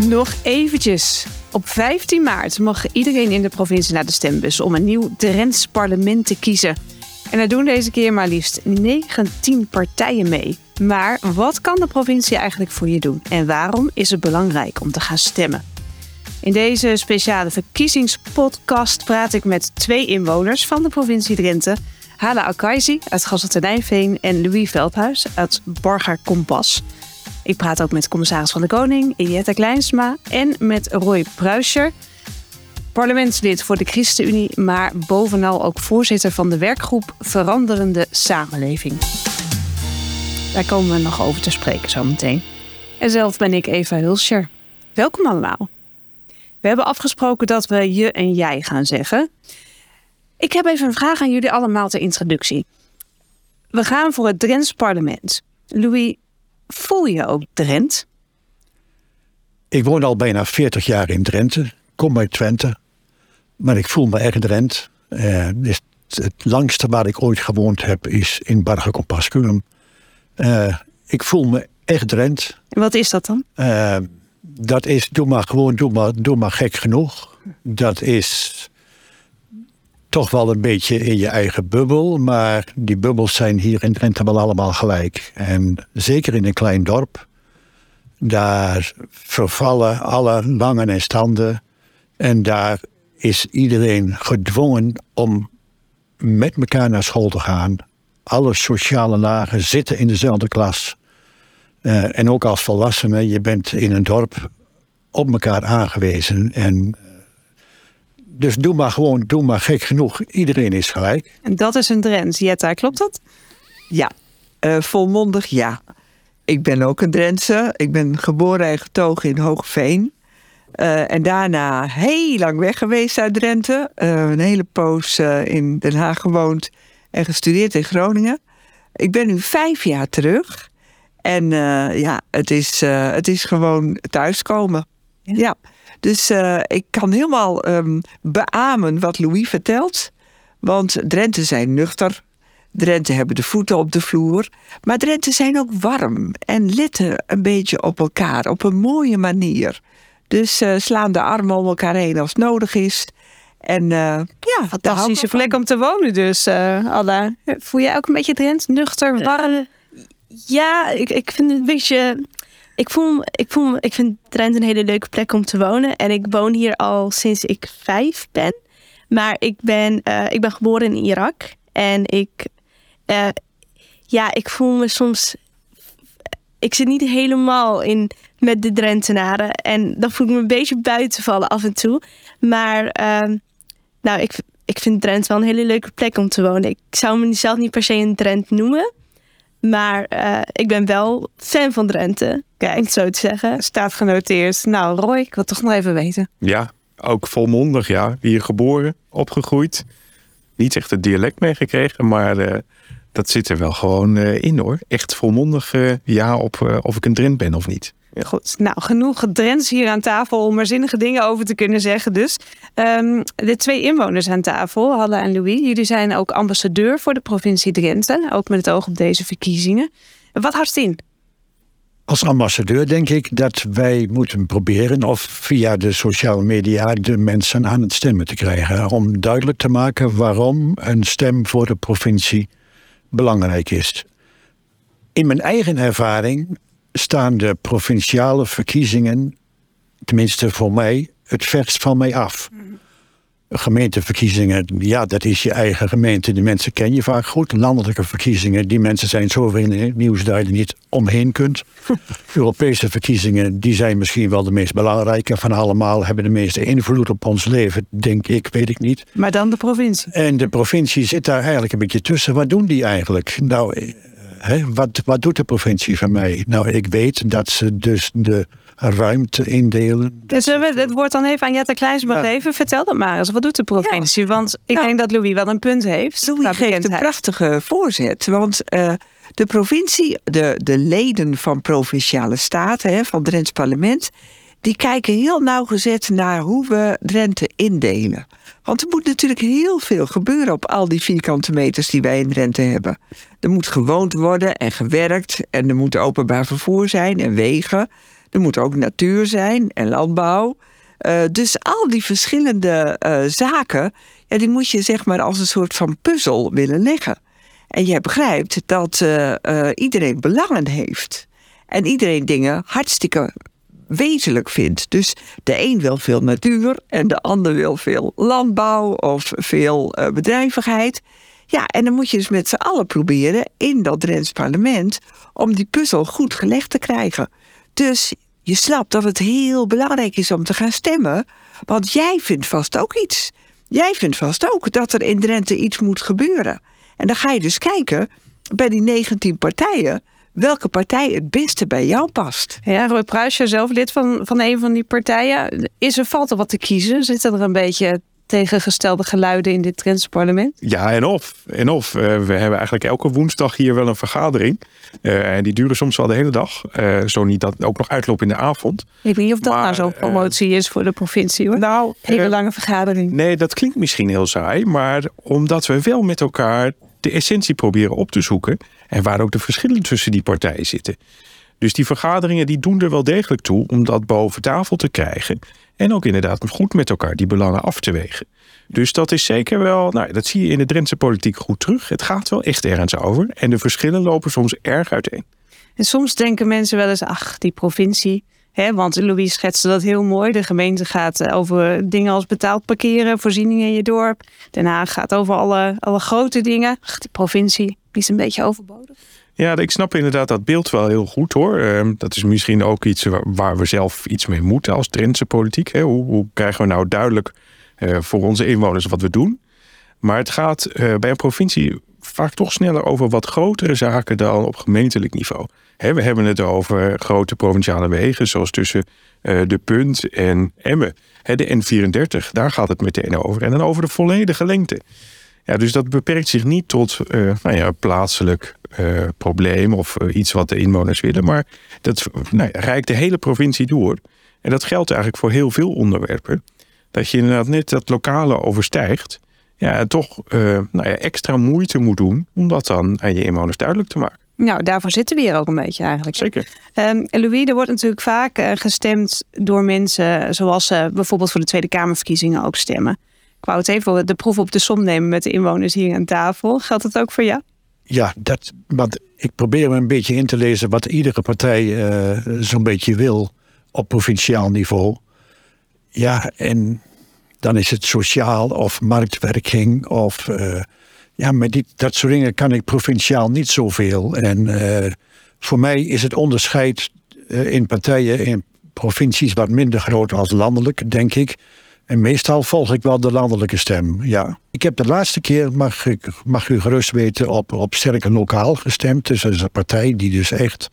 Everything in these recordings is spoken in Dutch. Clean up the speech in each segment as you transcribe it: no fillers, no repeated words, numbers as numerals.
Nog eventjes. Op 15 maart mag iedereen in de provincie naar de stembus om een nieuw Drents parlement te kiezen. En daar doen deze keer maar liefst 19 partijen mee. Maar wat kan de provincie eigenlijk voor je doen? En waarom is het belangrijk om te gaan stemmen? In deze speciale verkiezingspodcast praat ik met 2 inwoners van de provincie Drenthe. Hala Akaisi uit Gasselternijveen en Louis Veldhuis uit Barga-Kompas. Ik praat ook met commissaris van de Koning, Jette Kleinsma, en met Roy Pruischer, parlementslid voor de ChristenUnie, maar bovenal ook voorzitter van de werkgroep Veranderende Samenleving. Daar komen we nog over te spreken zometeen. En zelf ben ik Eva Hulscher. Welkom allemaal. We hebben afgesproken dat we je en jij gaan zeggen. Ik heb even een vraag aan jullie allemaal ter introductie. We gaan voor het Drents parlement. Louis, voel je ook Drent? Ik woon al bijna 40 jaar in Drenthe. Kom uit Twente. Maar ik voel me echt Drent. Het langste waar ik ooit gewoond heb is in Barga-Kompas. Ik voel me echt Drent. En wat is dat dan? Dat is, doe maar gek genoeg. Dat is toch wel een beetje in je eigen bubbel. Maar die bubbels zijn hier in Drenthe wel allemaal gelijk. En zeker in een klein dorp. Daar vervallen alle langen en standen. En daar is iedereen gedwongen om met elkaar naar school te gaan. Alle sociale lagen zitten in dezelfde klas. En ook als volwassenen, je bent in een dorp op elkaar aangewezen. En dus doe maar gek genoeg. Iedereen is gelijk. En dat is een Drents. Jetta, klopt dat? Ja, volmondig ja. Ik ben ook een Drentse. Ik ben geboren en getogen in Hoogeveen. En daarna heel lang weg geweest uit Drenthe. Een hele poos in Den Haag gewoond en gestudeerd in Groningen. Ik ben nu 5 jaar terug. En het is gewoon thuiskomen. Ja. Dus ik kan helemaal beamen wat Louis vertelt. Want Drenthe zijn nuchter. Drenthe hebben de voeten op de vloer. Maar Drenthe zijn ook warm. En letten een beetje op elkaar. Op een mooie manier. Dus slaan de armen om elkaar heen als nodig is. En fantastische plek om te wonen dus, Alla. Voel jij ook een beetje Drent? Nuchter, warm? Ja, ik vind het een beetje... Ik vind Drenthe een hele leuke plek om te wonen. En ik woon hier al sinds ik 5 ben. Maar ik ben geboren in Irak. En ik voel me soms... Ik zit niet helemaal in met de Drentenaren. En dan voel ik me een beetje buiten vallen af en toe. Maar ik vind Drenthe wel een hele leuke plek om te wonen. Ik zou mezelf niet per se een Drent noemen. Maar ik ben wel fan van Drenthe, om het zo te zeggen. Staat genoteerd. Nou, Roy, ik wil toch nog even weten. Ja, ook volmondig, ja. Hier geboren, opgegroeid. Niet echt het dialect meegekregen, maar dat zit er wel gewoon in, hoor. Echt volmondig of ik een Drent ben of niet. Ja. Goed, nou, genoeg Drents hier aan tafel om er zinnige dingen over te kunnen zeggen. Dus de 2 inwoners aan tafel, Halle en Louis. Jullie zijn ook ambassadeur voor de provincie Drenthe. Ook met het oog op deze verkiezingen. Wat houdt het in? Als ambassadeur denk ik dat wij moeten proberen... of via de sociale media de mensen aan het stemmen te krijgen. Om duidelijk te maken waarom een stem voor de provincie belangrijk is. In mijn eigen ervaring staan de provinciale verkiezingen, tenminste voor mij, het verst van mij af. Gemeenteverkiezingen, ja, dat is je eigen gemeente. Die mensen ken je vaak goed. Landelijke verkiezingen, die mensen zijn zoveel in het nieuws dat je er niet omheen kunt. Europese verkiezingen, die zijn misschien wel de meest belangrijke van allemaal. Hebben de meeste invloed op ons leven, denk ik, weet ik niet. Maar dan de provincie. En de provincie zit daar eigenlijk een beetje tussen. Wat doen die eigenlijk? Nou, wat doet de provincie van mij? Nou, ik weet dat ze dus de ruimte indelen. Dus het wordt dan even aan Jette Kleinsma geven. Vertel dat maar eens. Wat doet de provincie? Ja. Want ik denk dat Louis wel een punt heeft. Louis geeft een prachtige voorzet. Want de provincie, de leden van provinciale staten, van Drents parlement, die kijken heel nauwgezet naar hoe we Drenthe indelen. Want er moet natuurlijk heel veel gebeuren op al die vierkante meters die wij in Drenthe hebben. Er moet gewoond worden en gewerkt en er moet openbaar vervoer zijn en wegen. Er moet ook natuur zijn en landbouw. Dus al die verschillende zaken, ja, die moet je zeg maar als een soort van puzzel willen leggen. En jij begrijpt dat iedereen belangen heeft. En iedereen dingen hartstikke wezenlijk vindt. Dus de een wil veel natuur en de ander wil veel landbouw of veel bedrijvigheid. Ja, en dan moet je dus met z'n allen proberen in dat Drents parlement om die puzzel goed gelegd te krijgen. Dus je snapt dat het heel belangrijk is om te gaan stemmen, want jij vindt vast ook iets. Jij vindt vast ook dat er in Drenthe iets moet gebeuren. En dan ga je dus kijken bij die 19 partijen welke partij het beste bij jou past. Ja, Roy Pruijs, zelf lid van een van die partijen. Valt er wat te kiezen? Zitten er een beetje tegengestelde geluiden in dit Drentse parlement? Ja, en of. We hebben eigenlijk elke woensdag hier wel een vergadering. En die duren soms wel de hele dag. Zo niet dat ook nog uitloopt in de avond. Ik weet niet of dat nou zo'n promotie is voor de provincie, hoor. Nou, hele lange vergadering. Nee, dat klinkt misschien heel saai. Maar omdat we wel met elkaar de essentie proberen op te zoeken. En waar ook de verschillen tussen die partijen zitten. Dus die vergaderingen die doen er wel degelijk toe om dat boven tafel te krijgen. En ook inderdaad goed met elkaar die belangen af te wegen. Dus dat is zeker wel, dat zie je in de Drentse politiek goed terug. Het gaat wel echt ergens over. En de verschillen lopen soms erg uiteen. En soms denken mensen wel eens, ach, die provincie. Want Louis schetste dat heel mooi. De gemeente gaat over dingen als betaald parkeren, voorzieningen in je dorp. Den Haag gaat over alle grote dingen. Ach, die provincie, die is een beetje overbodig. Ja, ik snap inderdaad dat beeld wel heel goed, hoor. Dat is misschien ook iets waar we zelf iets mee moeten als Drentse politiek. Hoe krijgen we nou duidelijk voor onze inwoners wat we doen? Maar het gaat bij een provincie vaak toch sneller over wat grotere zaken dan op gemeentelijk niveau. We hebben het over grote provinciale wegen, zoals tussen De Punt en Emmen. De N34, daar gaat het meteen over. En dan over de volledige lengte. Ja, dus dat beperkt zich niet tot plaatselijk probleem of iets wat de inwoners willen. Maar dat reikt de hele provincie door. En dat geldt eigenlijk voor heel veel onderwerpen. Dat je inderdaad net dat lokale overstijgt. Ja, en toch extra moeite moet doen om dat dan aan je inwoners duidelijk te maken. Nou, daarvoor zitten we hier ook een beetje eigenlijk. Zeker. Louis, er wordt natuurlijk vaak gestemd door mensen zoals ze bijvoorbeeld voor de Tweede Kamerverkiezingen ook stemmen. Ik wou het even de proef op de som nemen met de inwoners hier aan tafel. Geldt dat ook voor jou? Ja, want ik probeer me een beetje in te lezen wat iedere partij zo'n beetje wil op provinciaal niveau. Ja, en dan is het sociaal of marktwerking of met dat soort dingen kan ik provinciaal niet zoveel. En voor mij is het onderscheid in partijen in provincies wat minder groot als landelijk, denk ik. En meestal volg ik wel de landelijke stem, ja. Ik heb de laatste keer, mag u gerust weten, op sterk lokaal gestemd. Dus dat is een partij die dus echt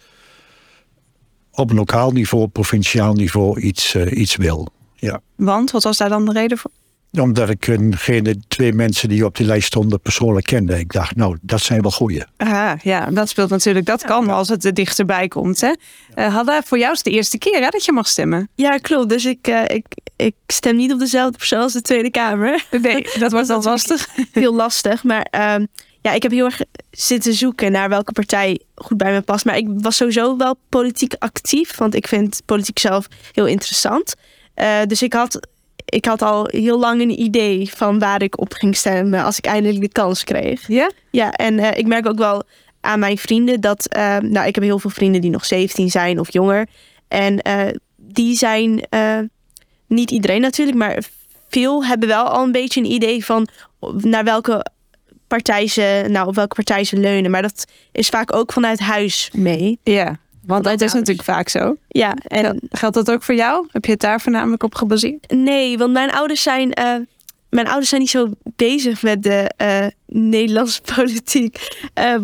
op lokaal niveau, provinciaal niveau iets wil. Ja. Want, wat was daar dan de reden voor? Omdat ik twee mensen die op die lijst stonden persoonlijk kende. Ik dacht, dat zijn wel goeie. Ja, dat speelt natuurlijk. Dat kan als het er dichterbij komt. Hè? Hadden voor jou is de eerste keer dat je mag stemmen. Ja, klopt. Dus ik stem niet op dezelfde persoon als de Tweede Kamer. Nee, dat was dan lastig. Heel lastig. Maar ik heb heel erg zitten zoeken naar welke partij goed bij me past. Maar ik was sowieso wel politiek actief. Want ik vind politiek zelf heel interessant. Dus ik had al heel lang een idee van waar ik op ging stemmen als ik eindelijk de kans kreeg. Ja? Ja, en ik merk ook wel aan mijn vrienden dat... ik heb heel veel vrienden die nog 17 zijn of jonger. En die zijn... niet iedereen natuurlijk, maar veel hebben wel al een beetje een idee van naar welke partij ze leunen. Maar dat is vaak ook vanuit huis mee. Ja, want dat is natuurlijk vaak zo. Ja, en geldt dat ook voor jou? Heb je het daar voornamelijk op gebaseerd? Nee, want mijn ouders zijn niet zo bezig met de Nederlandse politiek.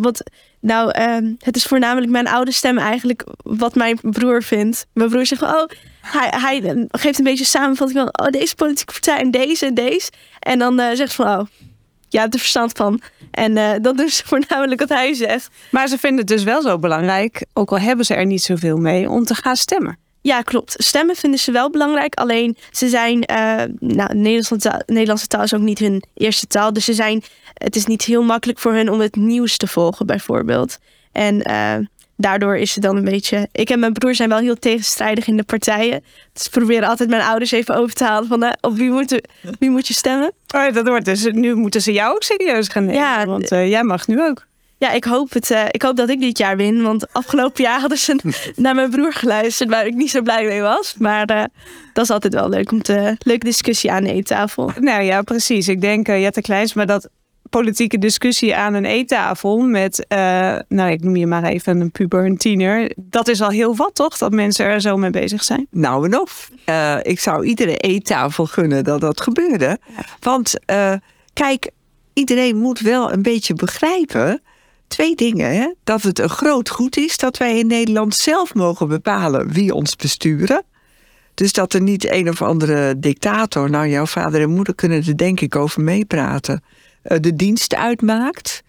Het is voornamelijk mijn ouders stemmen eigenlijk wat mijn broer vindt. Mijn broer zegt hij geeft een beetje samenvatting van deze politieke partij en deze en deze. En dan zegt van je hebt er verstand van. En dat is voornamelijk wat hij zegt. Maar ze vinden het dus wel zo belangrijk, ook al hebben ze er niet zoveel mee, om te gaan stemmen. Ja, klopt. Stemmen vinden ze wel belangrijk. Alleen ze zijn... Nederlandse taal is ook niet hun eerste taal. Dus het is niet heel makkelijk voor hen om het nieuws te volgen, bijvoorbeeld. En daardoor is het dan een beetje... Ik en mijn broer zijn wel heel tegenstrijdig in de partijen. Dus we proberen altijd mijn ouders even over te halen van... op wie moet je stemmen? Oh ja, dat wordt dus... Nu moeten ze jou ook serieus gaan nemen. Ja, want jij mag nu ook. Ja, ik hoop dat ik dit jaar win. Want afgelopen jaar hadden ze naar mijn broer geluisterd... waar ik niet zo blij mee was. Maar dat is altijd wel leuk om leuke discussie aan de eettafel. Nou ja, precies. Ik denk, Jette Kleins, maar dat politieke discussie aan een eettafel... met, ik noem je maar even een puber, een tiener... dat is al heel wat, toch? Dat mensen er zo mee bezig zijn. Nou en of. Ik zou iedere eettafel gunnen dat gebeurde. Want kijk, iedereen moet wel een beetje begrijpen... 2 dingen, hè? Dat het een groot goed is dat wij in Nederland zelf mogen bepalen wie ons besturen. Dus dat er niet een of andere dictator, nou jouw vader en moeder kunnen er denk ik over meepraten, de dienst uitmaakt.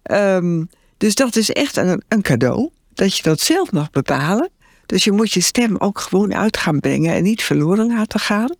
Dus dat is echt een cadeau, dat je dat zelf mag bepalen. Dus je moet je stem ook gewoon uit gaan brengen en niet verloren laten gaan.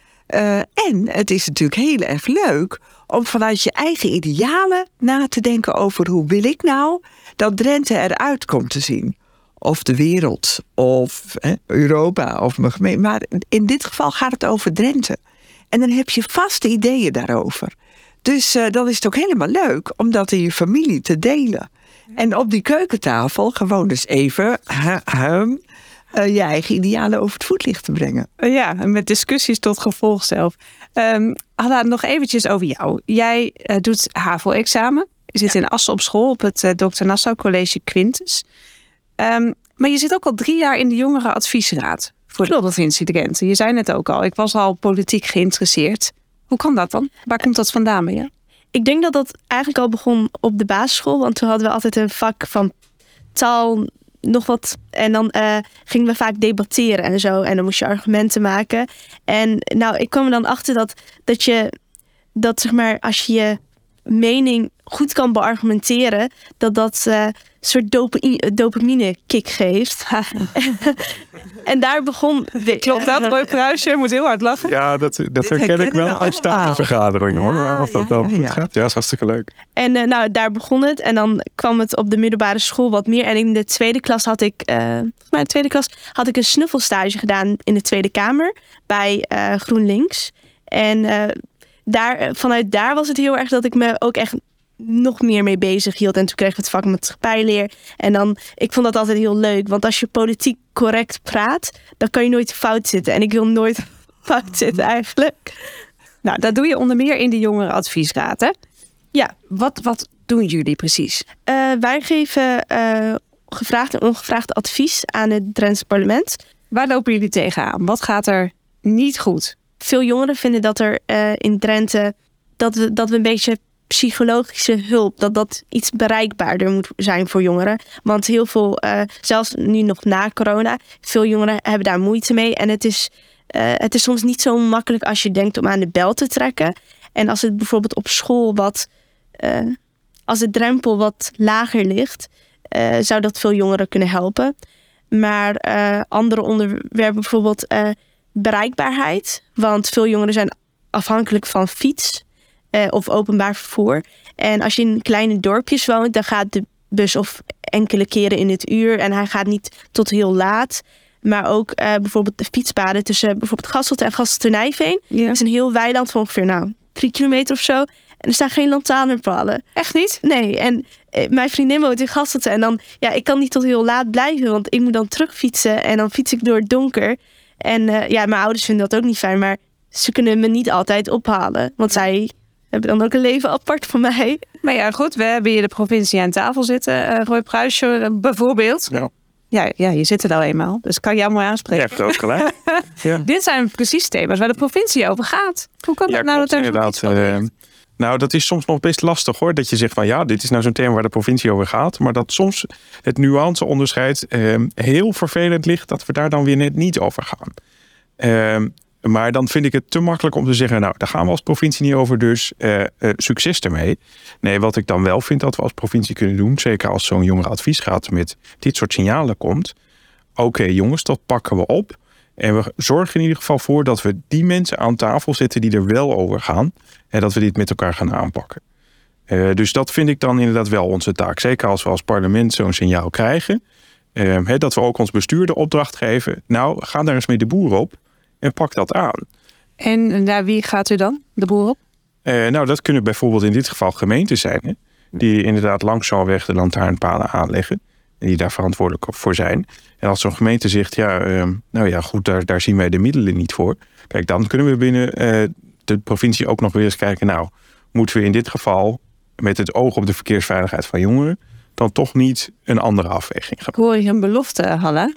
En het is natuurlijk heel erg leuk om vanuit je eigen idealen na te denken over hoe wil ik nou dat Drenthe eruit komt te zien. Of de wereld, of Europa, of mijn gemeente. Maar in dit geval gaat het over Drenthe. En dan heb je vaste ideeën daarover. Dus dan is het ook helemaal leuk om dat in je familie te delen. En op die keukentafel gewoon dus even je eigen idealen over het voetlicht te brengen. Ja, met discussies tot gevolg zelf. Hadda, nog eventjes over jou. Jij doet HAVO-examen. Je zit in Assen op school op het Dr. Nassau College Quintus. Maar je zit ook al 3 jaar in de jongerenadviesraad voor de provincie Drenthe. Je zei net ook al, ik was al politiek geïnteresseerd. Hoe kan dat dan? Waar komt dat vandaan bij je? Ik denk dat eigenlijk al begon op de basisschool. Want toen hadden we altijd een vak van taal, nog wat. En dan gingen we vaak debatteren en zo. En dan moest je argumenten maken. En nou, ik kwam er dan achter dat zeg maar, als je je mening goed kan beargumenteren, dat een soort dopamine kick geeft. En daar begon... Klopt dat, Roy Pruisje? Je moet heel hard lachen. Ja, dat herken ik wel uit stagevergadering, hoor. Ja, of dat dan goed gaat. Ja, dat is hartstikke leuk. En daar begon het. En dan kwam het op de middelbare school wat meer. En in de tweede klas had ik een snuffelstage gedaan in de Tweede Kamer bij GroenLinks. En vanuit daar was het heel erg dat ik me ook echt nog meer mee bezig hield. En toen kregen we het vak maatschappijleer. En dan, ik vond dat altijd heel leuk. Want als je politiek correct praat, dan kan je nooit fout zitten. En ik wil nooit fout zitten eigenlijk. Nou, dat doe je onder meer in de jongerenadviesraad, hè? Ja. Wat doen jullie precies? Wij geven gevraagd en ongevraagd advies aan het Drentse parlement. Waar lopen jullie tegenaan? Wat gaat er niet goed? Veel jongeren vinden dat er in Drenthe dat we een beetje psychologische hulp, dat iets bereikbaarder moet zijn voor jongeren. Want heel veel, zelfs nu nog na corona, veel jongeren hebben daar moeite mee. En het is soms niet zo makkelijk als je denkt om aan de bel te trekken. En als het bijvoorbeeld op school als de drempel wat lager ligt, zou dat veel jongeren kunnen helpen. Maar andere onderwerpen, bijvoorbeeld bereikbaarheid. Want veel jongeren zijn afhankelijk van fiets of openbaar vervoer. En als je in kleine dorpjes woont, dan gaat de bus of enkele keren in het uur. En hij gaat niet tot heel laat. Maar ook bijvoorbeeld de fietspaden tussen bijvoorbeeld Gasselte en Gasselte-Nijveen. Ja. Dat is een heel weiland van ongeveer 3 kilometer of zo. En er staan geen lantaarnpalen. Echt niet? Nee. En mijn vriendin woont in Gasselte. En dan, ik kan niet tot heel laat blijven. Want ik moet dan terugfietsen. En dan fiets ik door het donker. En mijn ouders vinden dat ook niet fijn. Maar ze kunnen me niet altijd ophalen. Want zij hebben dan ook een leven apart van mij. Maar ja, goed. We hebben hier de provincie aan tafel zitten. Roy Pruisje bijvoorbeeld. Ja. Ja, je zit er al eenmaal. Dus kan jou mooi aanspreken. Je hebt ook gelijk. Ja. Dit zijn precies thema's waar de provincie over gaat. Hoe kan dat nou? Klopt, dat inderdaad. Nou, dat is soms nog best lastig, hoor. Dat je zegt van dit is nou zo'n thema waar de provincie over gaat. Maar dat soms het nuanceonderscheid heel vervelend ligt, dat we daar dan weer net niet over gaan. Maar dan vind ik het te makkelijk om te zeggen, daar gaan we als provincie niet over, dus succes ermee. Nee, wat ik dan wel vind dat we als provincie kunnen doen, zeker als zo'n jongerenadviesraad met dit soort signalen komt. Oké, jongens, dat pakken we op. En we zorgen in ieder geval voor dat we die mensen aan tafel zetten die er wel over gaan. En dat we dit met elkaar gaan aanpakken. Dus dat vind ik dan inderdaad wel onze taak. Zeker als we als parlement zo'n signaal krijgen. Dat we ook ons bestuur de opdracht geven. Nou, ga daar eens mee de boer op en pak dat aan. En naar wie gaat u dan, de boer op? Nou, dat kunnen bijvoorbeeld in dit geval gemeenten zijn. Hè, die inderdaad langs zo'n weg de lantaarnpalen aanleggen. En die daar verantwoordelijk voor zijn. En als zo'n gemeente zegt, nou ja, goed, daar zien wij de middelen niet voor. Kijk, dan kunnen we binnen de provincie ook nog weer eens kijken. Nou, moeten we in dit geval met het oog op de verkeersveiligheid van jongeren dan toch niet een andere afweging gaan? Ik hoor je een belofte, Halla.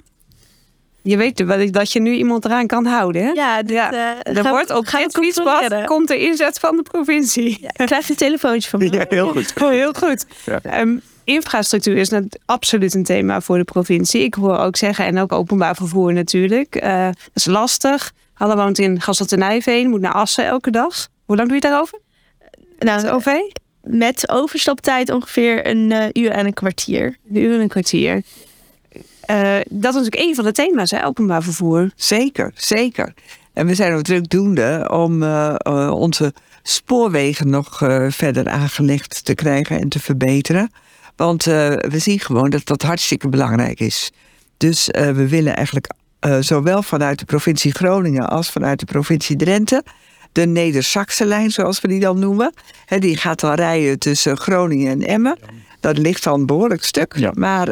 Je weet dat je nu iemand eraan kan houden, hè? Ja, er wordt op het fietspad komt de inzet van de provincie. Ja, ik krijg een telefoontje van me. Ja, heel goed. Oh, heel goed. Ja. Infrastructuur is absoluut een thema voor de provincie. Ik hoor ook zeggen, en ook openbaar vervoer natuurlijk. Dat is lastig. Halla woont in Gasselt-en-Nijveen, moet naar Assen elke dag. Hoe lang doe je daarover? Nou, het OV? Met overstaptijd ongeveer een uur en een kwartier. Een uur en een kwartier. Dat is natuurlijk een van de thema's, hè, openbaar vervoer. Zeker, zeker. En we zijn ook drukdoende om onze spoorwegen nog verder aangelegd te krijgen en te verbeteren. Want we zien gewoon dat dat hartstikke belangrijk is. Dus we willen eigenlijk zowel vanuit de provincie Groningen als vanuit de provincie Drenthe de Neder-Saxe-lijn, zoals we die dan noemen. Die gaat dan rijden tussen Groningen en Emmen. Dat ligt al een behoorlijk stuk. Ja. Maar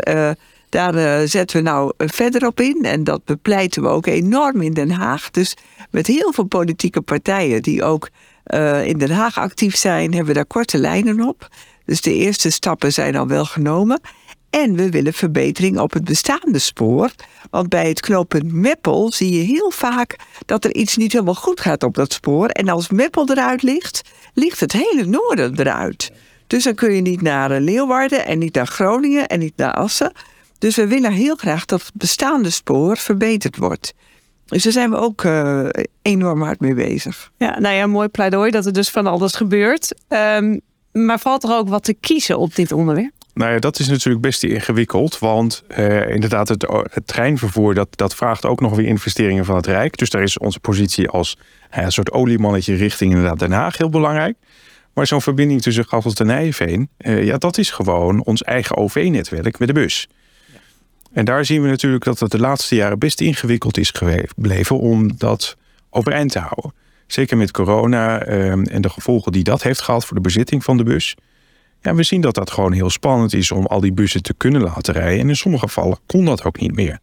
daar zetten we nou verder op in. En dat bepleiten we ook enorm in Den Haag. Dus met heel veel politieke partijen die ook in Den Haag actief zijn, hebben we daar korte lijnen op. Dus de eerste stappen zijn al wel genomen. En we willen verbetering op het bestaande spoor. Want bij het knooppunt Meppel zie je heel vaak dat er iets niet helemaal goed gaat op dat spoor. En als Meppel eruit ligt, ligt het hele noorden eruit. Dus dan kun je niet naar Leeuwarden en niet naar Groningen en niet naar Assen. Dus we willen heel graag dat het bestaande spoor verbeterd wordt. Dus daar zijn we ook enorm hard mee bezig. Ja, nou ja, mooi pleidooi dat er dus van alles gebeurt. Maar valt er ook wat te kiezen op dit onderwerp? Nou ja, dat is natuurlijk best ingewikkeld. Want inderdaad, het treinvervoer, dat vraagt ook nog weer investeringen van het Rijk. Dus daar is onze positie als een soort oliemannetje richting inderdaad Den Haag heel belangrijk. Maar zo'n verbinding tussen Gasselt en Nijveen, dat is gewoon ons eigen OV-netwerk met de bus. Ja. En daar zien we natuurlijk dat het de laatste jaren best ingewikkeld is gebleven om dat overeind te houden. Zeker met corona en de gevolgen die dat heeft gehad voor de bezitting van de bus. Ja, we zien dat dat gewoon heel spannend is om al die bussen te kunnen laten rijden. En in sommige gevallen kon dat ook niet meer.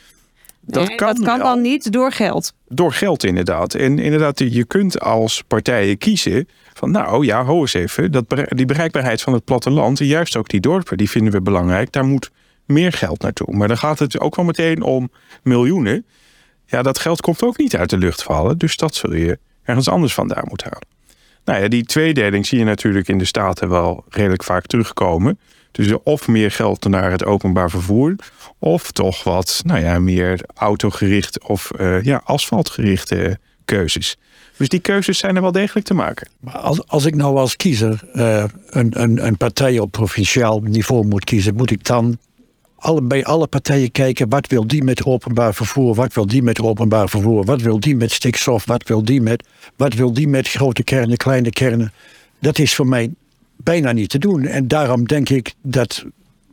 Dat kan dan niet door geld? Door geld inderdaad. En inderdaad, je kunt als partijen kiezen van nou ja, ho eens even. Die bereikbaarheid van het platteland en juist ook die dorpen, die vinden we belangrijk. Daar moet meer geld naartoe. Maar dan gaat het ook wel meteen om miljoenen. Ja, dat geld komt ook niet uit de lucht vallen. Dus dat zul je ergens anders vandaan moeten halen. Nou ja, die tweedeling zie je natuurlijk in de Staten wel redelijk vaak terugkomen. Dus of meer geld naar het openbaar vervoer, of toch wat meer autogericht of asfaltgerichte keuzes. Dus die keuzes zijn er wel degelijk te maken. Maar als ik nou als kiezer een partij op provinciaal niveau moet kiezen, moet ik dan bij alle partijen kijken, wat wil die met openbaar vervoer, wat wil die met openbaar vervoer, wat wil die met stikstof, wat wil die met grote kernen, kleine kernen. Dat is voor mij bijna niet te doen. En daarom denk ik dat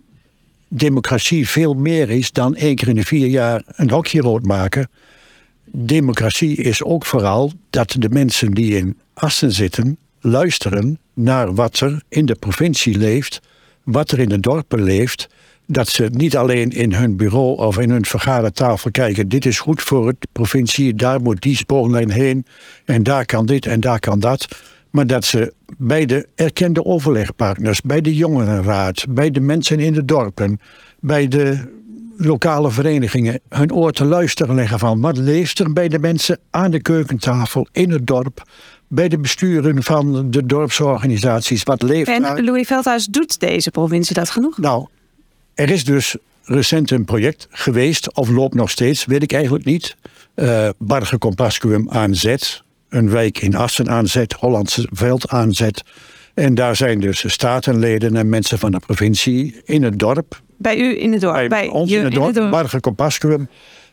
democratie veel meer is dan 1 keer in de 4 jaar een hokje rood maken. Democratie is ook vooral dat de mensen die in Assen zitten luisteren naar wat er in de provincie leeft, wat er in de dorpen leeft. Dat ze niet alleen in hun bureau of in hun vergadertafel kijken, dit is goed voor de provincie, daar moet die spoorlijn heen en daar kan dit en daar kan dat. Maar dat ze bij de erkende overlegpartners, bij de jongerenraad, bij de mensen in de dorpen, bij de lokale verenigingen hun oor te luisteren leggen van wat leeft er bij de mensen aan de keukentafel in het dorp, bij de besturen van de dorpsorganisaties, wat leeft en daar. Louis Veldhuis, doet deze provincie dat genoeg? Nou, er is dus recent een project geweest, of loopt nog steeds, weet ik eigenlijk niet. Barge Compascuum aanzet, een wijk in Assen aanzet, Hollandse Veld aanzet. En daar zijn dus statenleden en mensen van de provincie in het dorp. Bij u in het dorp? Bij ons in het dorp, Barge Compascuum.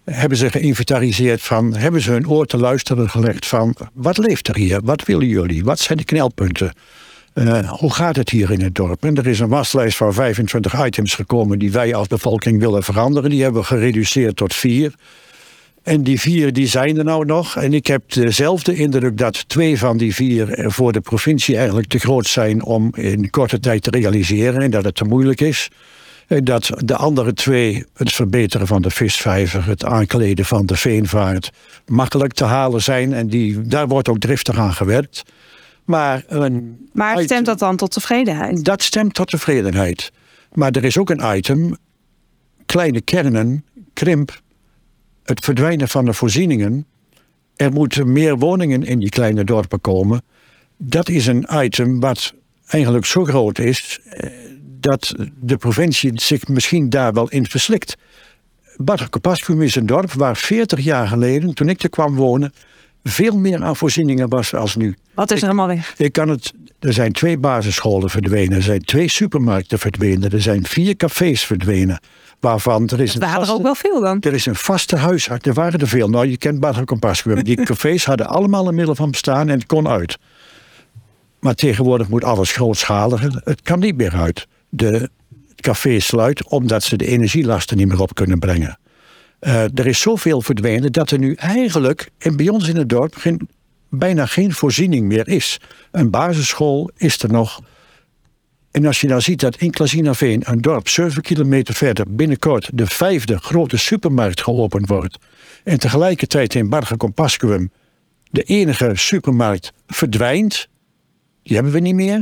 hebben ze geïnventariseerd van, hebben ze hun oor te luisteren gelegd van, wat leeft er hier? Wat willen jullie? Wat zijn de knelpunten? Hoe gaat het hier in het dorp? En er is een waslijst van 25 items gekomen die wij als bevolking willen veranderen. Die hebben we gereduceerd tot 4. En die 4 die zijn er nou nog. En ik heb dezelfde indruk dat 2 van die 4 voor de provincie eigenlijk te groot zijn om in korte tijd te realiseren. En dat het te moeilijk is. En dat de andere 2, het verbeteren van de visvijver, het aankleden van de veenvaart, makkelijk te halen zijn. En daar wordt ook driftig aan gewerkt. Maar stemt dat dan tot tevredenheid? Dat stemt tot tevredenheid. Maar er is ook een item, kleine kernen, krimp, het verdwijnen van de voorzieningen. Er moeten meer woningen in die kleine dorpen komen. Dat is een item wat eigenlijk zo groot is dat de provincie zich misschien daar wel in verslikt. Bad Kopaskum is een dorp waar 40 jaar geleden, toen ik er kwam wonen, veel meer aan voorzieningen was als nu. Wat is er allemaal weg? Er zijn 2 basisscholen verdwenen. Er zijn 2 supermarkten verdwenen. Er zijn 4 cafés verdwenen. Waarvan er is er waren er ook wel veel dan. Er is een vaste huisarts. Er waren er veel. Nou, je kent Bad Kopaskum. Die cafés hadden allemaal een middel van bestaan en het kon uit. Maar tegenwoordig moet alles grootschaliger. Het kan niet meer uit. De cafés sluiten omdat ze de energielasten niet meer op kunnen brengen. Er is zoveel verdwenen dat er nu eigenlijk, en bij ons in het dorp, bijna geen voorziening meer is. Een basisschool is er nog. En als je nou ziet dat in Klazinaveen, een dorp 7 kilometer verder, binnenkort de 5e grote supermarkt geopend wordt. En tegelijkertijd in Bad Kopaskum de enige supermarkt verdwijnt. Die hebben we niet meer.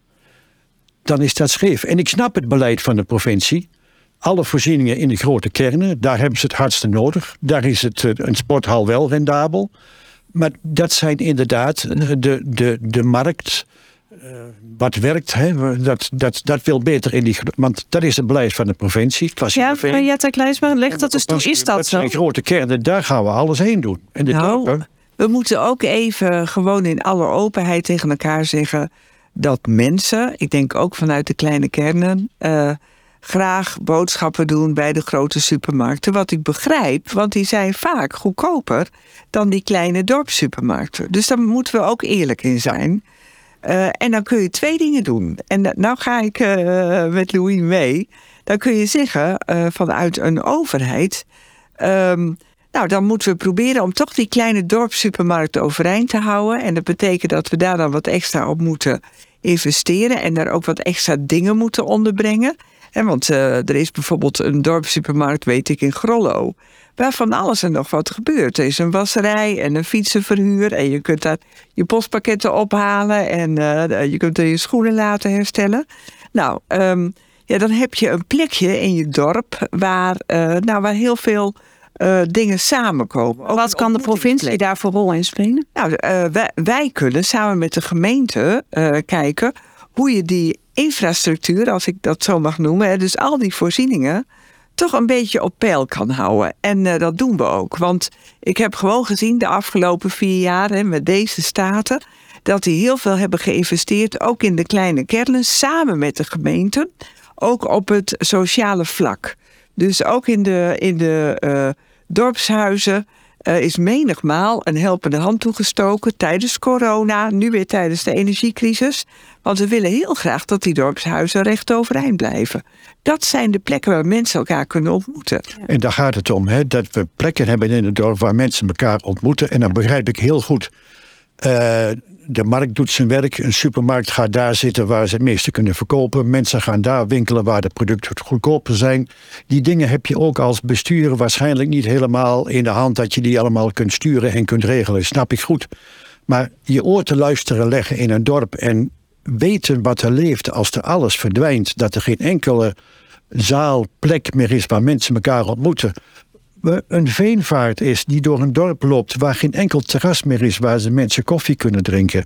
Dan is dat scheef. En ik snap het beleid van de provincie. Alle voorzieningen in de grote kernen, daar hebben ze het hardste nodig. Daar is een sporthal wel rendabel. Maar dat zijn inderdaad de markt. Wat werkt, hè? Dat wil beter in die. Want dat is het beleid van de provincie. Ja, Jette Kleinsma, leg dat eens toe. Is dat zo? Dat zijn grote kernen, daar gaan we alles heen doen. En we moeten ook even gewoon in alle openheid tegen elkaar zeggen dat mensen, ik denk ook vanuit de kleine kernen, graag boodschappen doen bij de grote supermarkten. Wat ik begrijp, want die zijn vaak goedkoper dan die kleine dorpssupermarkten. Dus daar moeten we ook eerlijk in zijn. En dan kun je 2 dingen doen. En nou ga ik met Louis mee. Dan kun je zeggen vanuit een overheid, dan moeten we proberen om toch die kleine dorpssupermarkten overeind te houden. En dat betekent dat we daar dan wat extra op moeten investeren en daar ook wat extra dingen moeten onderbrengen. Want er is bijvoorbeeld een dorpssupermarkt, weet ik, in Grollo, waar van alles en nog wat gebeurt. Er is een wasserij en een fietsenverhuur en je kunt daar je postpakketten ophalen en je kunt er je schoenen laten herstellen. Nou, dan heb je een plekje in je dorp waar heel veel dingen samenkomen. Wat kan de provincie daar voor rol in spelen? Nou, wij kunnen samen met de gemeente kijken hoe je die infrastructuur, als ik dat zo mag noemen, dus al die voorzieningen, toch een beetje op peil kan houden. En dat doen we ook. Want ik heb gewoon gezien de afgelopen 4 jaar met deze staten, dat die heel veel hebben geïnvesteerd, ook in de kleine kernen, samen met de gemeente, ook op het sociale vlak. Dus ook in de dorpshuizen is menigmaal een helpende hand toegestoken tijdens corona, nu weer tijdens de energiecrisis. Want we willen heel graag dat die dorpshuizen recht overeind blijven. Dat zijn de plekken waar mensen elkaar kunnen ontmoeten. En daar gaat het om, hè, dat we plekken hebben in het dorp waar mensen elkaar ontmoeten. En dan begrijp ik heel goed. De markt doet zijn werk. Een supermarkt gaat daar zitten waar ze het meeste kunnen verkopen. Mensen gaan daar winkelen waar de producten goedkoper zijn. Die dingen heb je ook als bestuurder waarschijnlijk niet helemaal in de hand, dat je die allemaal kunt sturen en kunt regelen. Snap ik goed. Maar je oor te luisteren leggen in een dorp en weten wat er leeft als er alles verdwijnt. Dat er geen enkele zaal, plek meer is waar mensen elkaar ontmoeten. Een veenvaart is die door een dorp loopt waar geen enkel terras meer is waar ze mensen koffie kunnen drinken.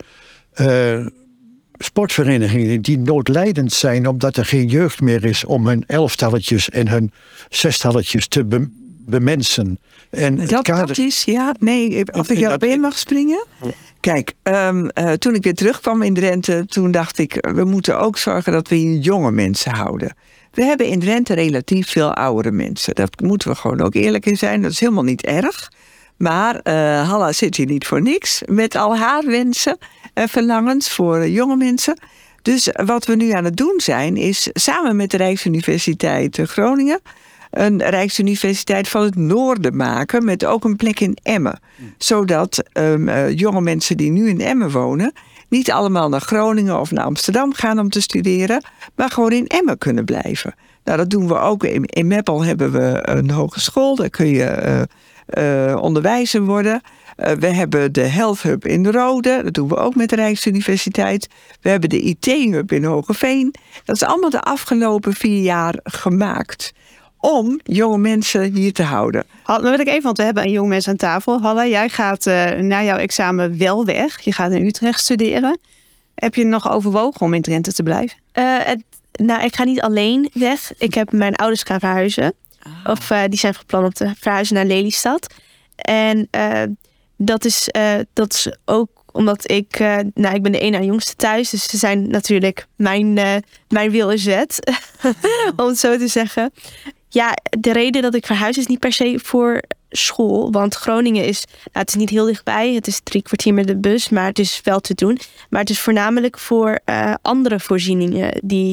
Sportverenigingen die noodlijdend zijn omdat er geen jeugd meer is om hun 11-talletjes en hun 6-talletjes te bemensen. En dat is, ja, nee, als ik daarop in mag springen. Kijk, toen ik weer terugkwam in Drenthe, toen dacht ik, we moeten ook zorgen dat we hier jonge mensen houden. We hebben in Drenthe relatief veel oudere mensen. Daar moeten we gewoon ook eerlijk in zijn. Dat is helemaal niet erg. Maar Halla zit hier niet voor niks. Met al haar wensen en verlangens voor jonge mensen. Dus wat we nu aan het doen zijn, is samen met de Rijksuniversiteit Groningen een Rijksuniversiteit van het Noorden maken, met ook een plek in Emmen. Zodat jonge mensen die nu in Emmen wonen niet allemaal naar Groningen of naar Amsterdam gaan om te studeren, maar gewoon in Emmen kunnen blijven. Nou, dat doen we ook. In Meppel hebben we een hogeschool, daar kun je onderwijzer worden. We hebben de Health Hub in Rode, dat doen we ook met de Rijksuniversiteit. We hebben de IT-hub in Hoogeveen. Dat is allemaal de afgelopen 4 jaar gemaakt om jonge mensen hier te houden. Dan wil ik even, want we hebben een jong mens aan tafel. Halla, jij gaat na jouw examen wel weg. Je gaat in Utrecht studeren. Heb je nog overwogen om in Drenthe te blijven? Ik ga niet alleen weg. Ik heb mijn ouders gaan verhuizen. Of die zijn van plan om te verhuizen naar Lelystad. En dat is ook omdat ik ben de ene na jongste thuis. Dus ze zijn natuurlijk mijn wil is wet. Om het zo te zeggen. Ja, de reden dat ik verhuis is niet per se voor school. Want Groningen is, het is niet heel dichtbij. Het is 3 kwartier met de bus, maar het is wel te doen. Maar het is voornamelijk voor andere voorzieningen die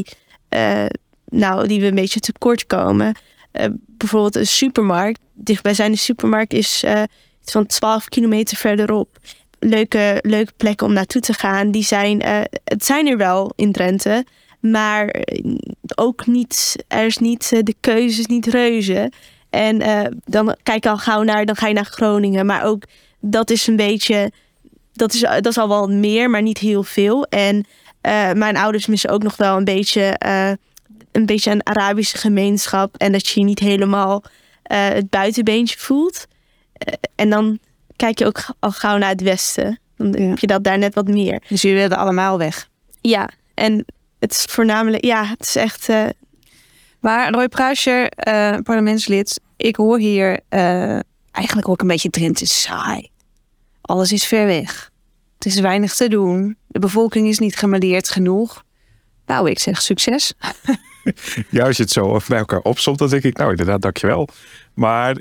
we een beetje tekort komen. Bijvoorbeeld een supermarkt. Dichtbijzijnde supermarkt is van 12 kilometer verderop. Leuke plekken om naartoe te gaan. Het zijn er wel in Drenthe. Maar ook niet, er is niet, de keuze is niet reuze. En dan kijk je al gauw dan ga je naar Groningen. Maar ook, dat is een beetje, dat is al wel meer, maar niet heel veel. En mijn ouders missen ook nog wel een beetje een Arabische gemeenschap. En dat je niet helemaal het buitenbeentje voelt. En dan kijk je ook al gauw naar het westen. Dan heb je dat daar net wat meer. Dus jullie willen allemaal weg? Ja, en het is voornamelijk, het is echt... Maar Roy Pruischer, parlementslid, ik hoor hier eigenlijk ook een beetje Drenthe saai. Alles is ver weg. Het is weinig te doen. De bevolking is niet gemêleerd genoeg. Nou, ik zeg succes. Ja, als je het zo bij elkaar opzomt, dan denk ik, nou inderdaad, dankjewel. Maar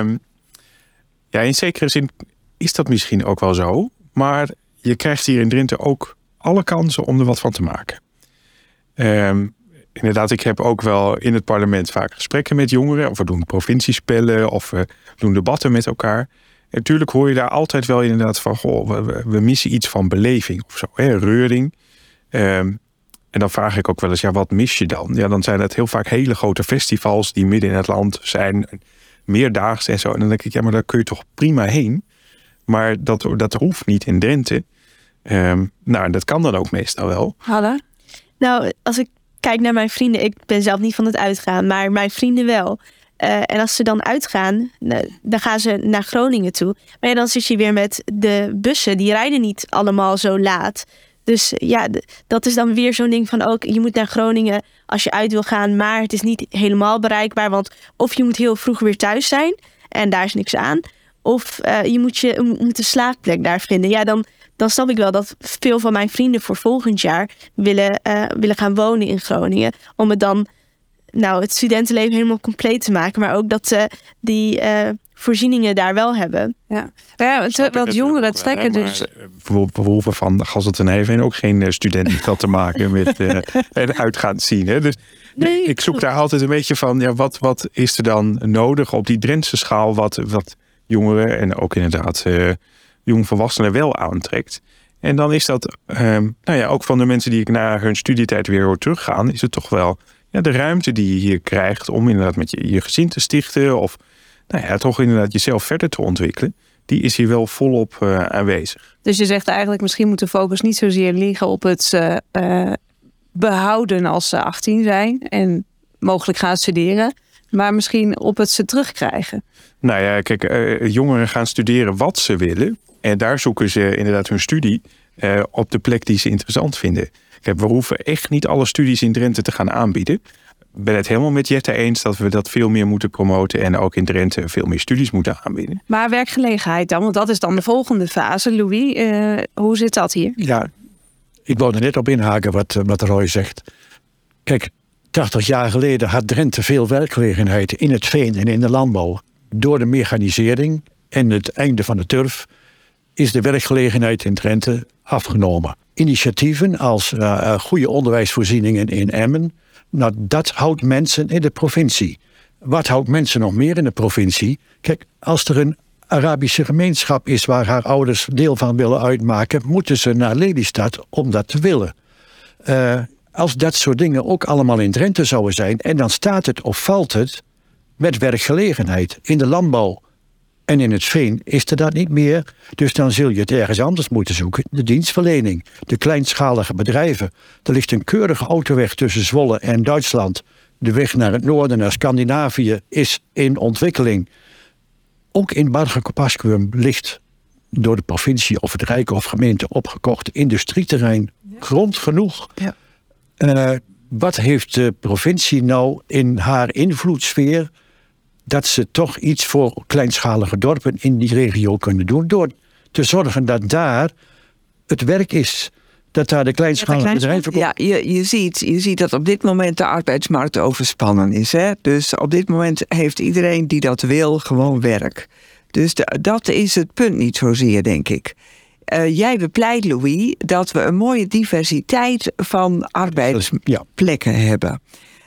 in zekere zin is dat misschien ook wel zo. Maar je krijgt hier in Drenthe ook alle kansen om er wat van te maken. Inderdaad, ik heb ook wel in het parlement vaak gesprekken met jongeren. Of we doen provinciespellen of we doen debatten met elkaar. En natuurlijk hoor je daar altijd wel inderdaad van, we missen iets van beleving of zo, reuring. En dan vraag ik ook wel eens, wat mis je dan? Ja, dan zijn het heel vaak hele grote festivals die midden in het land zijn, meerdaags en zo. En dan denk ik, maar daar kun je toch prima heen. Maar dat hoeft niet in Drenthe. Dat kan dan ook meestal wel. Halla? Nou, als ik kijk naar mijn vrienden, ik ben zelf niet van het uitgaan, maar mijn vrienden wel. En als ze dan uitgaan, dan gaan ze naar Groningen toe. Maar dan zit je weer met de bussen, die rijden niet allemaal zo laat. Dus dat is dan weer zo'n ding van ook, je moet naar Groningen als je uit wil gaan, maar het is niet helemaal bereikbaar. Want of je moet heel vroeg weer thuis zijn en daar is niks aan. Of je moet een slaapplek daar vinden. Ja, dan snap ik wel dat veel van mijn vrienden voor volgend jaar willen gaan wonen in Groningen. Om het dan het studentenleven helemaal compleet te maken. Maar ook dat ze die voorzieningen daar wel hebben. Ja, wat jongeren trekken dus. Behalve van Gasselt en Heven ook geen studenten dat te maken met het uitgaan zien. Hè? Dus nee, ik zoek daar altijd een beetje van, wat is er dan nodig op die Drentse schaal wat jongeren en ook inderdaad jongvolwassenen wel aantrekt. En dan is dat, ook van de mensen die ik na hun studietijd weer hoor teruggaan, is het toch wel de ruimte die je hier krijgt om inderdaad met je gezin te stichten of toch inderdaad jezelf verder te ontwikkelen. Die is hier wel volop aanwezig. Dus je zegt eigenlijk, misschien moet de focus niet zozeer liggen op het behouden als ze 18 zijn en mogelijk gaan studeren, maar misschien op het ze terugkrijgen. Nou ja, kijk, jongeren gaan studeren wat ze willen. En daar zoeken ze inderdaad hun studie op de plek die ze interessant vinden. Kijk, we hoeven echt niet alle studies in Drenthe te gaan aanbieden. Ik ben het helemaal met Jette eens dat we dat veel meer moeten promoten. En ook in Drenthe veel meer studies moeten aanbieden. Maar werkgelegenheid dan? Want dat is dan de volgende fase. Louis, hoe zit dat hier? Ja, ik wou er net op inhaken wat Roy zegt. Kijk, 80 jaar geleden had Drenthe veel werkgelegenheid in het veen en in de landbouw. Door de mechanisering en het einde van de turf is de werkgelegenheid in Drenthe afgenomen. Initiatieven als goede onderwijsvoorzieningen in Emmen, nou, dat houdt mensen in de provincie. Wat houdt mensen nog meer in de provincie? Kijk, als er een Arabische gemeenschap is waar haar ouders deel van willen uitmaken, moeten ze naar Lelystad om dat te willen. Als dat soort dingen ook allemaal in Drenthe zouden zijn, en dan staat het of valt het met werkgelegenheid. In de landbouw en in het veen is er dat niet meer. Dus dan zul je het ergens anders moeten zoeken. De dienstverlening, de kleinschalige bedrijven. Er ligt een keurige autoweg tussen Zwolle en Duitsland. De weg naar het noorden, naar Scandinavië, is in ontwikkeling. Ook in Bargen-Kopascuum ligt door de provincie of het Rijk of gemeente opgekocht industrieterrein. Grond genoeg. Ja. Wat heeft de provincie nou in haar invloedssfeer dat ze toch iets voor kleinschalige dorpen in die regio kunnen doen, door te zorgen dat daar het werk is. Dat daar de kleinschalige bedrijven komen. Ja, je ziet dat op dit moment de arbeidsmarkt overspannen is. Hè? Dus op dit moment heeft iedereen die dat wil gewoon werk. Dus dat is het punt niet zozeer, denk ik. Jij bepleit, Louis, dat we een mooie diversiteit van arbeidsplekken hebben.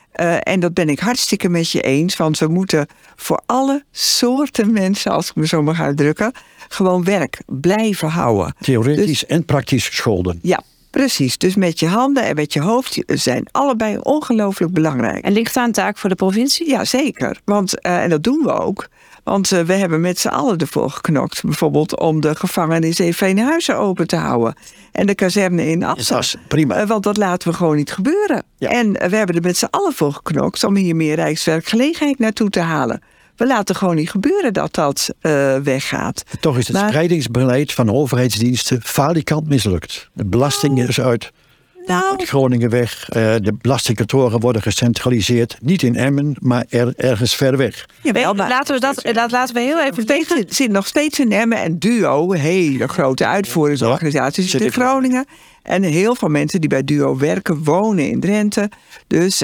En dat ben ik hartstikke met je eens. Want we moeten voor alle soorten mensen, als ik me zo mag uitdrukken, gewoon werk blijven houden. Theoretisch en praktisch gescholden. Ja, precies. Dus met je handen en met je hoofd zijn allebei ongelooflijk belangrijk. En ligt daar een taak voor de provincie? Ja, zeker. Want, en dat doen we ook. Want we hebben met z'n allen ervoor geknokt. Bijvoorbeeld om de gevangenis in Veenhuizen open te houden. En de kazerne in Absas. Prima. Want dat laten we gewoon niet gebeuren. Ja. En we hebben er met z'n allen voor geknokt om hier meer rijkswerkgelegenheid naartoe te halen. We laten gewoon niet gebeuren dat dat weggaat. Toch is het spreidingsbeleid van overheidsdiensten falikant mislukt. De belasting is uit Groningen weg. De belastingkantoren worden gecentraliseerd. Niet in Emmen, maar ergens ver weg. Jawel, laten we heel even tegen. Het zit nog steeds in Emmen en Duo, hele grote uitvoeringsorganisaties in Groningen. En heel veel mensen die bij Duo werken, wonen in Drenthe. Dus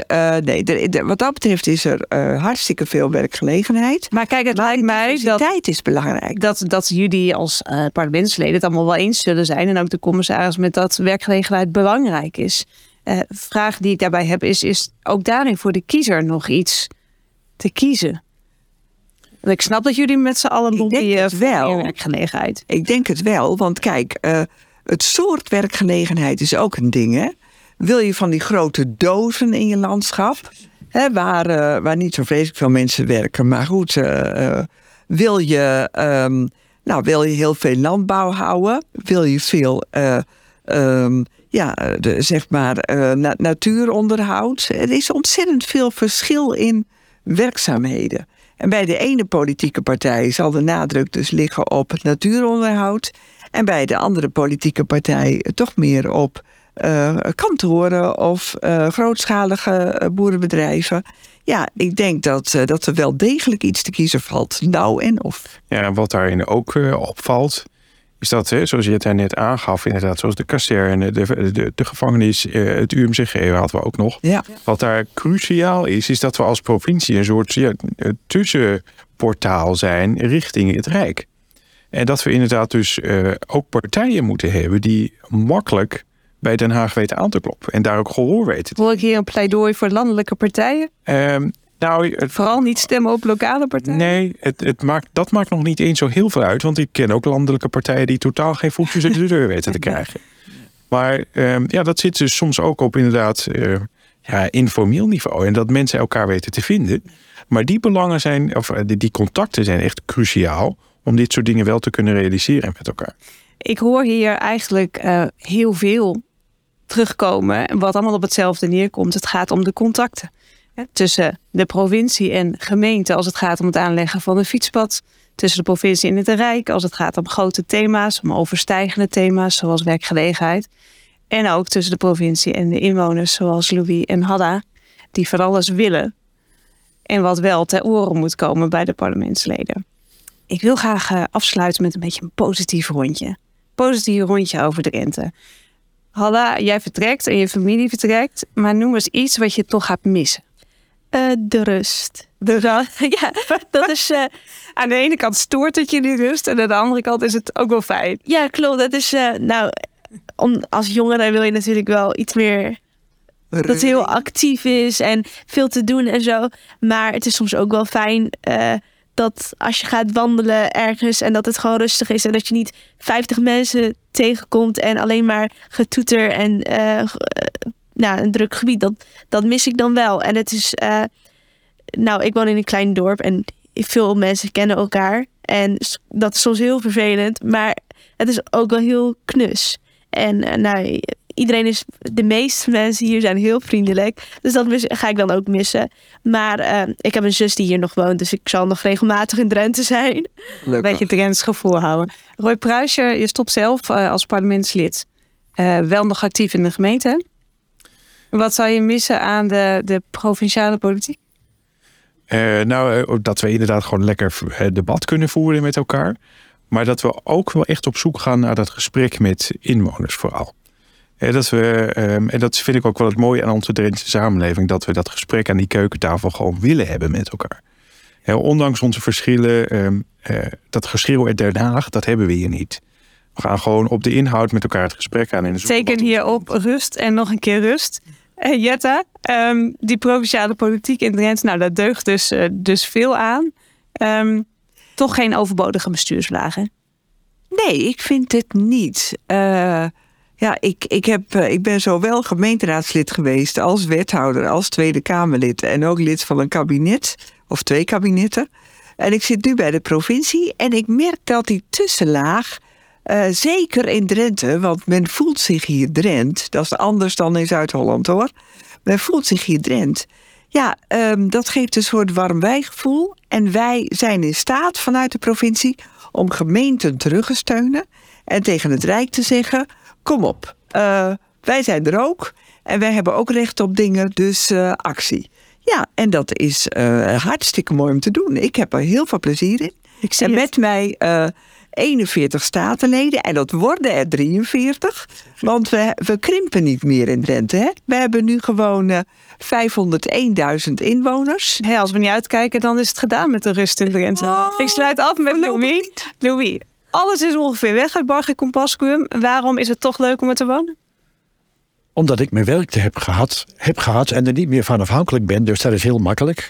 wat dat betreft is er hartstikke veel werkgelegenheid. Maar kijk, het lijkt mij dat tijd is belangrijk. Dat jullie als parlementsleden het allemaal wel eens zullen zijn. En ook de commissaris met dat werkgelegenheid belangrijk is. De vraag die ik daarbij heb is ook daarin voor de kiezer nog te kiezen? Want ik snap dat jullie met z'n allen lobbyen voor meer werkgelegenheid. Ik denk het wel, want kijk, het soort werkgelegenheid is ook een ding, hè? Wil je van die grote dozen in je landschap, hè, waar niet zo vreselijk veel mensen werken, maar goed, wil je heel veel landbouw houden? Wil je veel natuuronderhoud? Er is ontzettend veel verschil in werkzaamheden. En bij de ene politieke partij zal de nadruk dus liggen op het natuuronderhoud. En bij de andere politieke partij toch meer op kantoren of grootschalige boerenbedrijven. Ja, ik denk dat er wel degelijk iets te kiezen valt. Nou en of. Ja, en wat daarin ook opvalt, is dat, zoals je het net aangaf, inderdaad, zoals de kazerne, de gevangenis, het UMCG hadden we ook nog. Ja. Wat daar cruciaal is dat we als provincie een soort tussenportaal zijn richting het Rijk. En dat we inderdaad dus ook partijen moeten hebben die makkelijk bij Den Haag weten aan te kloppen. En daar ook gehoor weten. Hoor ik hier een pleidooi voor landelijke partijen? Vooral niet stemmen op lokale partijen? Nee, dat maakt nog niet eens zo heel veel uit. Want ik ken ook landelijke partijen die totaal geen voetjes in de deur weten te krijgen. Maar dat zit dus soms ook op inderdaad informeel niveau. En dat mensen elkaar weten te vinden. Maar die belangen zijn, of die contacten zijn echt cruciaal om dit soort dingen wel te kunnen realiseren met elkaar. Ik hoor hier eigenlijk heel veel terugkomen, wat allemaal op hetzelfde neerkomt. Het gaat om de contacten tussen de provincie en gemeente als het gaat om het aanleggen van een fietspad. Tussen de provincie en het Rijk als het gaat om grote thema's, om overstijgende thema's zoals werkgelegenheid. En ook tussen de provincie en de inwoners zoals Louis en Hadda, die van alles willen. En wat wel ter oren moet komen bij de parlementsleden. Ik wil graag afsluiten met een beetje een positief rondje. Positief rondje over Drenthe. Halla, jij vertrekt en je familie vertrekt. Maar noem eens iets wat je toch gaat missen. De rust. Ja, dat is... Aan de ene kant stoort het je die rust. En aan de andere kant is het ook wel fijn. Ja, klopt. Dat is... als jongere wil je natuurlijk wel iets meer... Dat het heel actief is en veel te doen en zo. Maar het is soms ook wel fijn... dat als je gaat wandelen ergens en dat het gewoon rustig is... en dat je niet 50 mensen tegenkomt en alleen maar getoeter en een druk gebied. Dat mis ik dan wel. En het is... ik woon in een klein dorp en veel mensen kennen elkaar. En dat is soms heel vervelend, maar het is ook wel heel knus. En de meeste mensen hier zijn heel vriendelijk. Dus dat ga ik dan ook missen. Maar ik heb een zus die hier nog woont. Dus ik zal nog regelmatig in Drenthe zijn. Een beetje Drents gevoel houden. Roy Pruijsje, je stopt zelf als parlementslid. Wel nog actief in de gemeente. Wat zou je missen aan de provinciale politiek? Dat we inderdaad gewoon lekker debat kunnen voeren met elkaar. Maar dat we ook wel echt op zoek gaan naar dat gesprek met inwoners vooral. En dat vind ik ook wel het mooie aan onze Drentse samenleving. Dat we dat gesprek aan die keukentafel gewoon willen hebben met elkaar. Ondanks onze verschillen, dat geschreeuw uit Den Haag, dat hebben we hier niet. We gaan gewoon op de inhoud met elkaar het gesprek aan. Teken hier op rust en nog een keer rust. Jetta, die provinciale politiek in Drenthe, dat deugt dus veel aan. Toch geen overbodige bestuurslagen? Nee, ik vind het niet. Ik ben zowel gemeenteraadslid geweest als wethouder, als Tweede Kamerlid en ook lid van een kabinet of 2 kabinetten. En ik zit nu bij de provincie en ik merk dat die tussenlaag, zeker in Drenthe, want men voelt zich hier Drent. Dat is anders dan in Zuid-Holland hoor. Men voelt zich hier Drent. Ja, dat geeft een soort warm wijgevoel. En wij zijn in staat vanuit de provincie om gemeenten terug te steunen en tegen het Rijk te zeggen: kom op, wij zijn er ook en wij hebben ook recht op dingen, dus actie. Ja, en dat is hartstikke mooi om te doen. Ik heb er heel veel plezier in. En met mij 41 statenleden en dat worden er 43. Want we krimpen niet meer in Drenthe. Hè? We hebben nu gewoon 501.000 inwoners. Hey, als we niet uitkijken, dan is het gedaan met de rust in Drenthe. Ik sluit af met Louis. Alles is ongeveer weg uit Barg en Compascuum. Waarom is het toch leuk om er te wonen? Omdat ik mijn werk heb gehad en er niet meer van afhankelijk ben. Dus dat is heel makkelijk.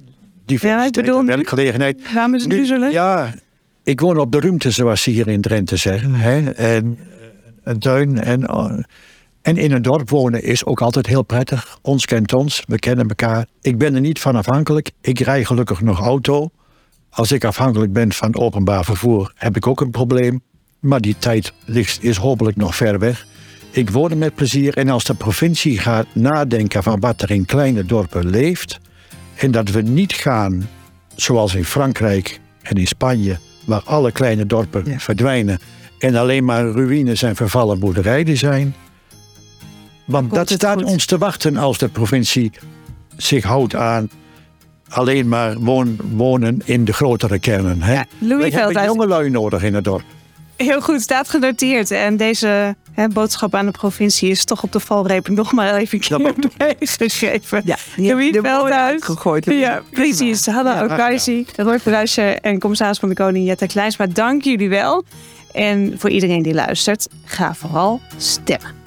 Werkgelegenheid. Waarom is het nu zo leuk? Ja, ik woon op de ruimte, zoals ze hier in Drenthe zeggen. Hè? En een tuin. En in een dorp wonen is ook altijd heel prettig. Ons kent ons, we kennen elkaar. Ik ben er niet van afhankelijk. Ik rij gelukkig nog auto. Als ik afhankelijk ben van openbaar vervoer, heb ik ook een probleem. Maar die tijd is hopelijk nog ver weg. Ik woon er met plezier. En als de provincie gaat nadenken van wat er in kleine dorpen leeft, en dat we niet gaan zoals in Frankrijk en in Spanje, waar alle kleine dorpen verdwijnen en alleen maar ruïnes en vervallen boerderijen zijn. Want dat staat ons te wachten als de provincie zich houdt aan alleen maar wonen in de grotere kernen. Hè? Ja, Louis we hebben jonge lui nodig in het dorp. Heel goed, staat genoteerd. En deze boodschap aan de provincie is toch op de valreep nog maar even meegegeven. Ja, Louis Veldhuis. Gegooid. Ja, precies. Hanna Okaisi, Roy Pruijsje en commissaris van de Koning Jetta Kleinsma. Dank jullie wel. En voor iedereen die luistert, ga vooral stemmen.